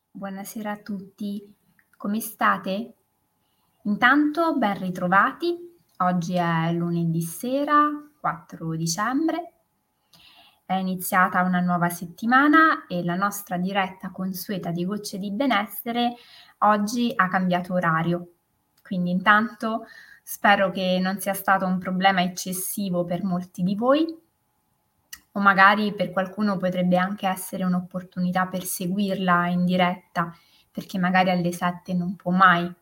Buonasera a tutti, come state? Intanto ben ritrovati, oggi è lunedì sera, 4 dicembre, è iniziata una nuova settimana e la nostra diretta consueta di Gocce di Benessere oggi ha cambiato orario. Quindi intanto spero che non sia stato un problema eccessivo per molti di voi o magari per qualcuno potrebbe anche essere un'opportunità per seguirla in diretta, perché magari alle 7 non può mai.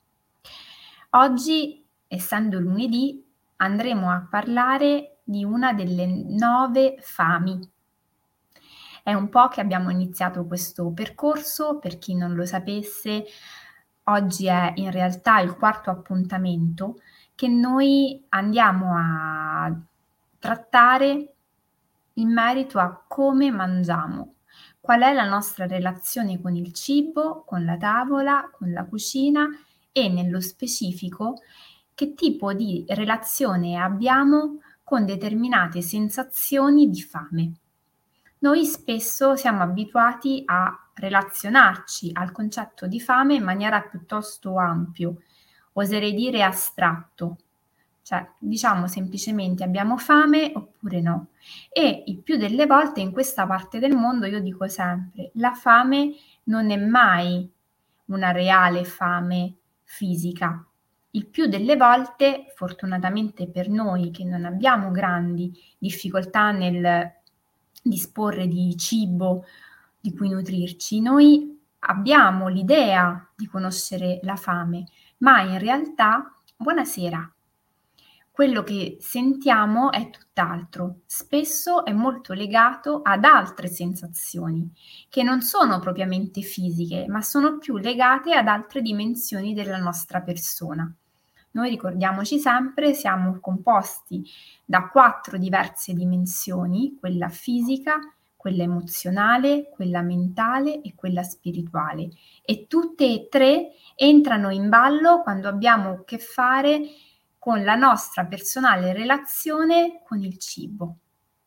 Oggi, essendo lunedì, andremo a parlare di una delle 9 fami. È un po' che abbiamo iniziato questo percorso, per chi non lo sapesse, oggi è in realtà il quarto appuntamento che noi andiamo a trattare in merito a come mangiamo, qual è la nostra relazione con il cibo, con la tavola, con la cucina e nello specifico che tipo di relazione abbiamo con determinate sensazioni di fame. Noi spesso siamo abituati a relazionarci al concetto di fame in maniera piuttosto ampio, oserei dire astratto, cioè diciamo semplicemente abbiamo fame oppure no. E il più delle volte in questa parte del mondo io dico sempre, la fame non è mai una reale fame fisica. Il più delle volte, fortunatamente per noi che non abbiamo grandi difficoltà nel disporre di cibo di cui nutrirci, noi abbiamo l'idea di conoscere la fame, ma in realtà, buonasera, quello che sentiamo è tutt'altro. Spesso è molto legato ad altre sensazioni, che non sono propriamente fisiche, ma sono più legate ad altre dimensioni della nostra persona. Noi ricordiamoci sempre, siamo composti da 4 diverse dimensioni, quella fisica, quella emozionale, quella mentale e quella spirituale. E tutte e 3 entrano in ballo quando abbiamo a che fare con la nostra personale relazione con il cibo.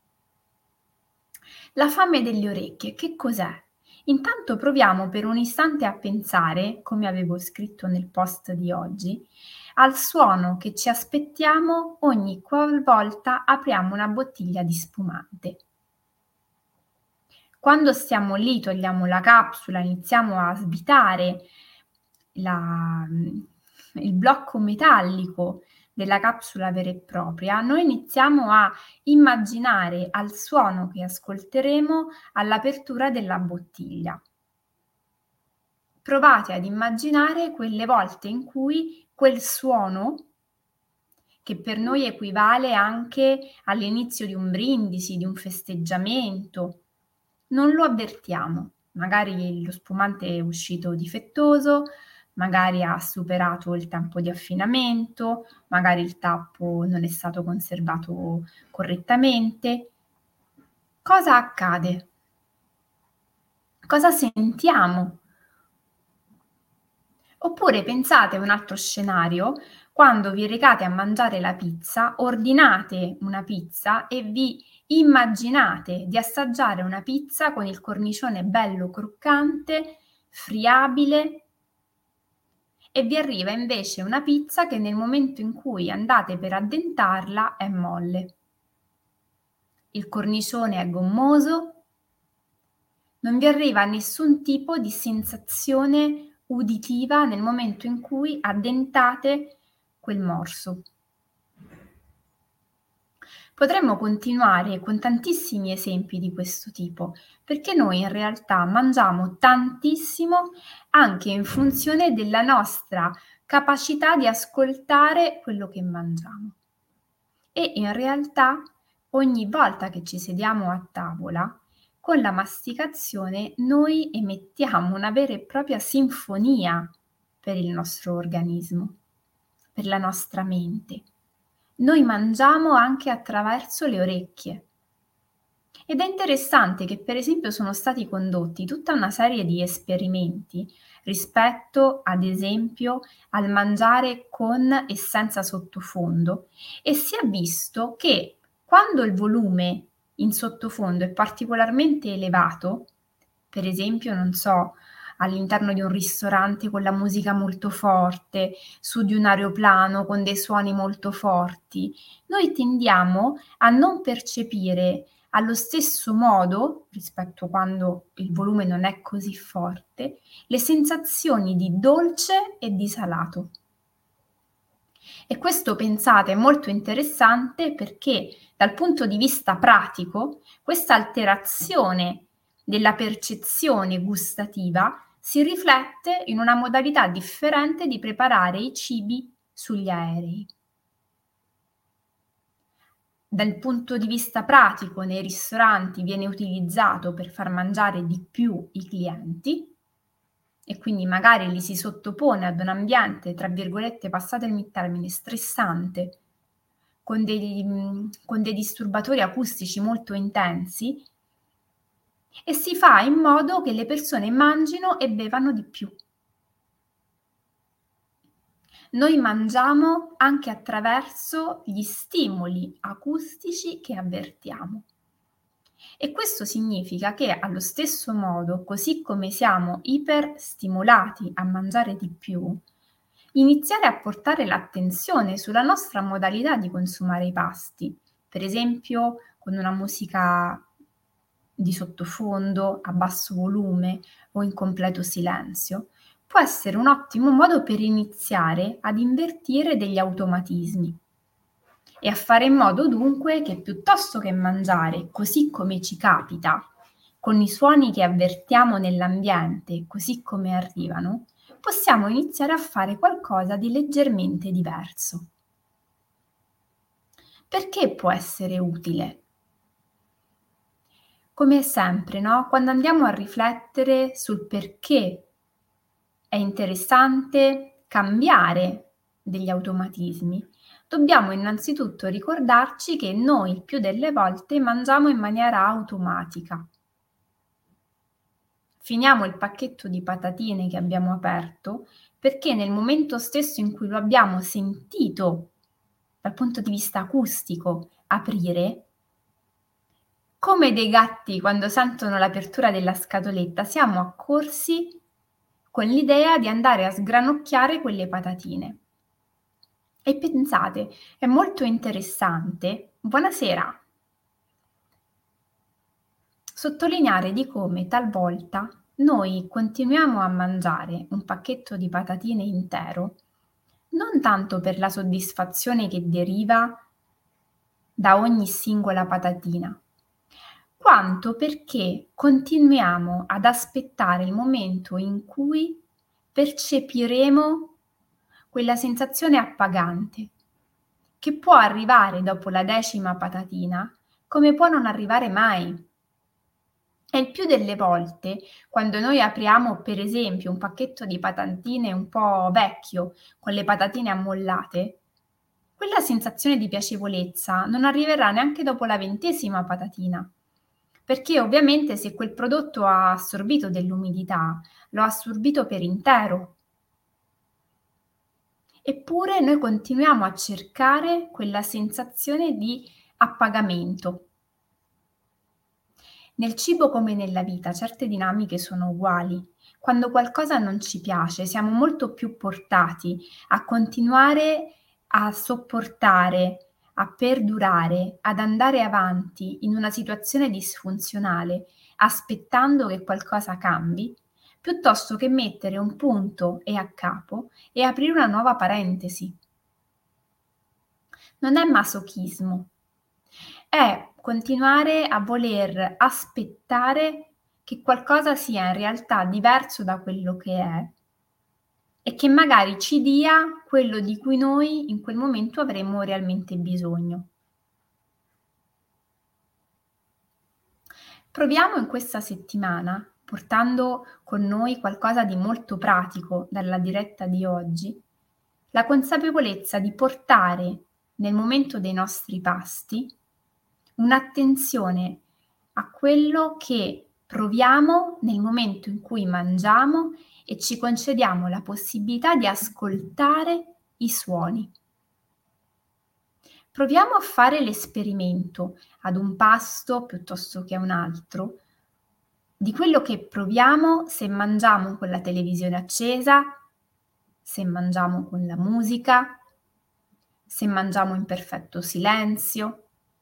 La fame delle orecchie, che cos'è? Intanto proviamo per un istante a pensare, come avevo scritto nel post di oggi, al suono che ci aspettiamo ogni qualvolta apriamo una bottiglia di spumante. Quando stiamo lì, togliamo la capsula, iniziamo a svitare il blocco metallico della capsula vera e propria, noi iniziamo a immaginare al suono che ascolteremo all'apertura della bottiglia. Provate ad immaginare quelle volte in cui quel suono, che per noi equivale anche all'inizio di un brindisi, di un festeggiamento, non lo avvertiamo. Magari lo spumante è uscito difettoso, magari ha superato il tempo di affinamento, magari il tappo non è stato conservato correttamente. Cosa accade? Cosa sentiamo? Oppure pensate a un altro scenario, quando vi recate a mangiare la pizza, ordinate una pizza e vi immaginate di assaggiare una pizza con il cornicione bello croccante, friabile e vi arriva invece una pizza che nel momento in cui andate per addentarla è molle. Il cornicione è gommoso, non vi arriva nessun tipo di sensazione uditiva nel momento in cui addentate quel morso. Potremmo continuare con tantissimi esempi di questo tipo, perché noi in realtà mangiamo tantissimo anche in funzione della nostra capacità di ascoltare quello che mangiamo. E in realtà ogni volta che ci sediamo a tavola, con la masticazione noi emettiamo una vera e propria sinfonia per il nostro organismo, per la nostra mente. Noi mangiamo anche attraverso le orecchie. Ed è interessante che per esempio sono stati condotti tutta una serie di esperimenti rispetto, ad esempio, al mangiare con e senza sottofondo e si è visto che quando il volume in sottofondo è particolarmente elevato, per esempio, non so, all'interno di un ristorante con la musica molto forte, su di un aeroplano con dei suoni molto forti, noi tendiamo a non percepire allo stesso modo, rispetto quando il volume non è così forte, le sensazioni di dolce e di salato. E questo, pensate, è molto interessante perché dal punto di vista pratico, questa alterazione della percezione gustativa si riflette in una modalità differente di preparare i cibi sugli aerei. Dal punto di vista pratico, nei ristoranti viene utilizzato per far mangiare di più i clienti e quindi magari li si sottopone ad un ambiente, tra virgolette, passatemi il termine, stressante, con dei disturbatori acustici molto intensi e si fa in modo che le persone mangino e bevano di più. Noi mangiamo anche attraverso gli stimoli acustici che avvertiamo. E questo significa che allo stesso modo, così come siamo iperstimolati a mangiare di più, iniziare a portare l'attenzione sulla nostra modalità di consumare i pasti, per esempio con una musica di sottofondo, a basso volume o in completo silenzio, può essere un ottimo modo per iniziare ad invertire degli automatismi e a fare in modo dunque che piuttosto che mangiare così come ci capita, con i suoni che avvertiamo nell'ambiente così come arrivano, possiamo iniziare a fare qualcosa di leggermente diverso. Perché può essere utile? Come sempre, no? Quando andiamo a riflettere sul perché è interessante cambiare degli automatismi, dobbiamo innanzitutto ricordarci che noi il più delle volte mangiamo in maniera automatica. Finiamo il pacchetto di patatine che abbiamo aperto perché nel momento stesso in cui lo abbiamo sentito dal punto di vista acustico aprire, come dei gatti quando sentono l'apertura della scatoletta, siamo accorsi con l'idea di andare a sgranocchiare quelle patatine. E pensate, è molto interessante, buonasera, sottolineare di come talvolta noi continuiamo a mangiare un pacchetto di patatine intero, non tanto per la soddisfazione che deriva da ogni singola patatina, quanto perché continuiamo ad aspettare il momento in cui percepiremo quella sensazione appagante, che può arrivare dopo la 10ª patatina, come può non arrivare mai. E il più delle volte, quando noi apriamo per esempio un pacchetto di patatine un po' vecchio, con le patatine ammollate, quella sensazione di piacevolezza non arriverà neanche dopo la 20ª patatina, perché ovviamente se quel prodotto ha assorbito dell'umidità, lo ha assorbito per intero. Eppure noi continuiamo a cercare quella sensazione di appagamento. Nel cibo come nella vita certe dinamiche sono uguali. Quando qualcosa non ci piace siamo molto più portati a continuare a sopportare, a perdurare, ad andare avanti in una situazione disfunzionale, aspettando che qualcosa cambi, piuttosto che mettere un punto e a capo e aprire una nuova parentesi. Non è masochismo, è continuare a voler aspettare che qualcosa sia in realtà diverso da quello che è e che magari ci dia quello di cui noi in quel momento avremmo realmente bisogno. Proviamo in questa settimana, portando con noi qualcosa di molto pratico dalla diretta di oggi, la consapevolezza di portare nel momento dei nostri pasti un'attenzione a quello che proviamo nel momento in cui mangiamo e ci concediamo la possibilità di ascoltare i suoni. Proviamo a fare l'esperimento ad un pasto piuttosto che a un altro, di quello che proviamo se mangiamo con la televisione accesa, se mangiamo con la musica, se mangiamo in perfetto silenzio,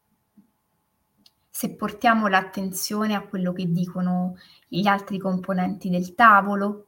se portiamo l'attenzione a quello che dicono gli altri componenti del tavolo.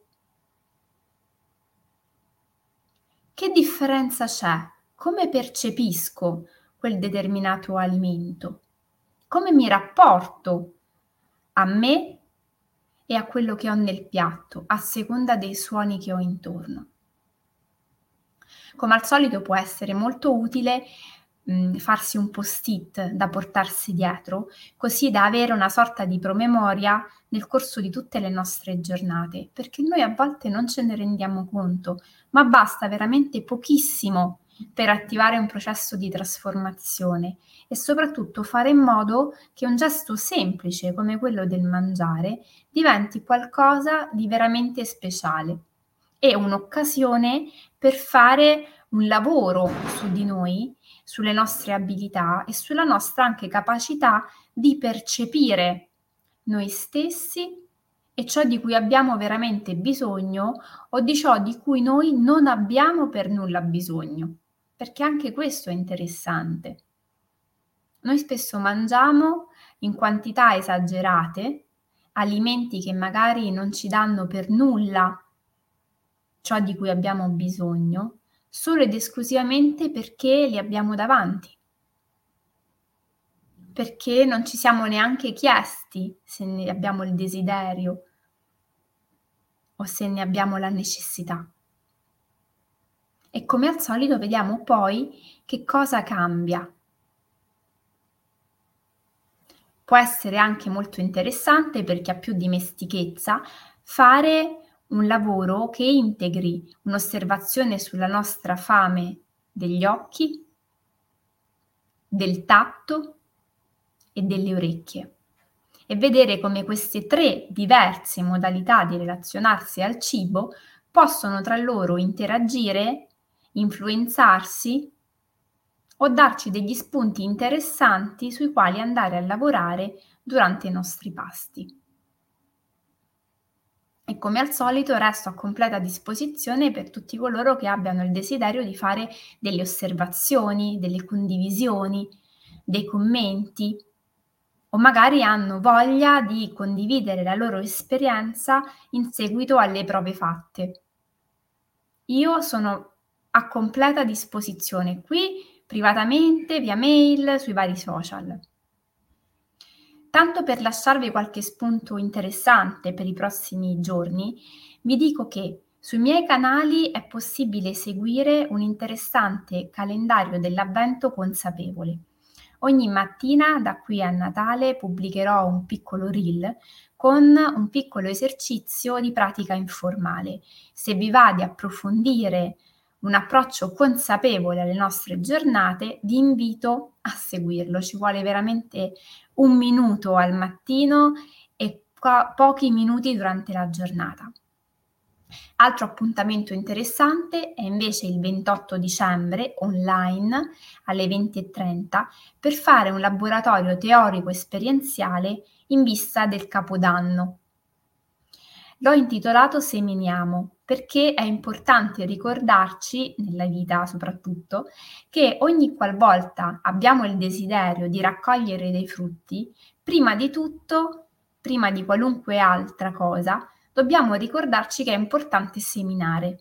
Che differenza c'è? Come percepisco quel determinato alimento? Come mi rapporto a me e a quello che ho nel piatto, a seconda dei suoni che ho intorno? Come al solito può essere molto utile, farsi un post-it da portarsi dietro, così da avere una sorta di promemoria nel corso di tutte le nostre giornate, perché noi a volte non ce ne rendiamo conto, ma basta veramente pochissimo per attivare un processo di trasformazione e soprattutto fare in modo che un gesto semplice come quello del mangiare diventi qualcosa di veramente speciale e un'occasione per fare un lavoro su di noi, sulle nostre abilità e sulla nostra anche capacità di percepire noi stessi e ciò di cui abbiamo veramente bisogno o di ciò di cui noi non abbiamo per nulla bisogno, perché anche questo è interessante. Noi spesso mangiamo in quantità esagerate alimenti che magari non ci danno per nulla ciò di cui abbiamo bisogno, solo ed esclusivamente perché li abbiamo davanti, perché non ci siamo neanche chiesti se ne abbiamo il desiderio o se ne abbiamo la necessità. E come al solito vediamo poi che cosa cambia. Può essere anche molto interessante per chi ha più dimestichezza fare un lavoro che integri un'osservazione sulla nostra fame degli occhi, del tatto e delle orecchie e vedere come queste 3 diverse modalità di relazionarsi al cibo possono tra loro interagire, influenzarsi o darci degli spunti interessanti sui quali andare a lavorare durante i nostri pasti. E come al solito resto a completa disposizione per tutti coloro che abbiano il desiderio di fare delle osservazioni, delle condivisioni, dei commenti o magari hanno voglia di condividere la loro esperienza in seguito alle prove fatte. Io sono a completa disposizione qui, privatamente, via mail, sui vari social. Tanto per lasciarvi qualche spunto interessante per i prossimi giorni, vi dico che sui miei canali è possibile seguire un interessante calendario dell'avvento consapevole. Ogni mattina da qui a Natale pubblicherò un piccolo reel con un piccolo esercizio di pratica informale. Se vi va di approfondire un approccio consapevole alle nostre giornate, vi invito a seguirlo. Ci vuole veramente 1 minuto al mattino e pochi minuti durante la giornata. Altro appuntamento interessante è invece il 28 dicembre online alle 20:30 per fare un laboratorio teorico esperienziale in vista del Capodanno. L'ho intitolato Seminiamo perché è importante ricordarci, nella vita soprattutto, che ogni qualvolta abbiamo il desiderio di raccogliere dei frutti, prima di tutto, prima di qualunque altra cosa, dobbiamo ricordarci che è importante seminare.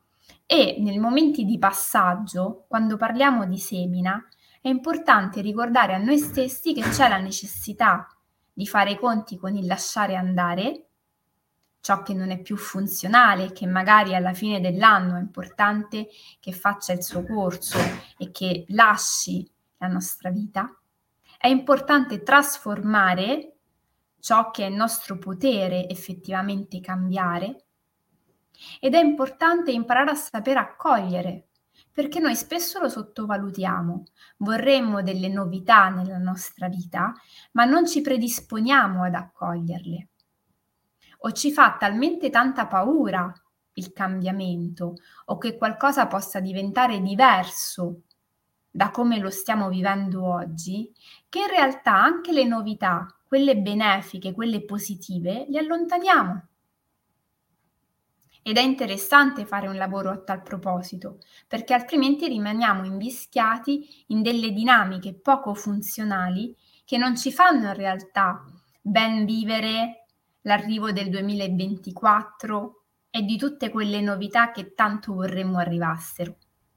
E nei momenti di passaggio, quando parliamo di semina, è importante ricordare a noi stessi che c'è la necessità di fare i conti con il lasciare andare, ciò che non è più funzionale, che magari alla fine dell'anno è importante che faccia il suo corso e che lasci la nostra vita. È importante trasformare ciò che è nostro potere effettivamente cambiare ed è importante imparare a saper accogliere, perché noi spesso lo sottovalutiamo. Vorremmo delle novità nella nostra vita, ma non ci predisponiamo ad accoglierle. O ci fa talmente tanta paura il cambiamento o che qualcosa possa diventare diverso da come lo stiamo vivendo oggi, che in realtà anche le novità, quelle benefiche, quelle positive, le allontaniamo. Ed è interessante fare un lavoro a tal proposito, perché altrimenti rimaniamo invischiati in delle dinamiche poco funzionali che non ci fanno in realtà ben vivere l'arrivo del 2024 e di tutte quelle novità che tanto vorremmo arrivassero.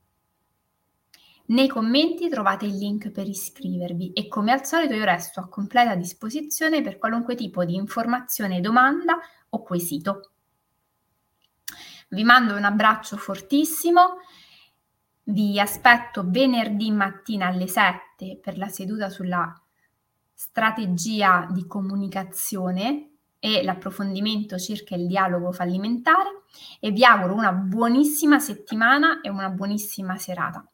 Nei commenti trovate il link per iscrivervi e come al solito io resto a completa disposizione per qualunque tipo di informazione, domanda o quesito. Vi mando un abbraccio fortissimo, vi aspetto venerdì mattina alle 7 per la seduta sulla strategia di comunicazione e l'approfondimento circa il dialogo fallimentare e vi auguro una buonissima settimana e una buonissima serata.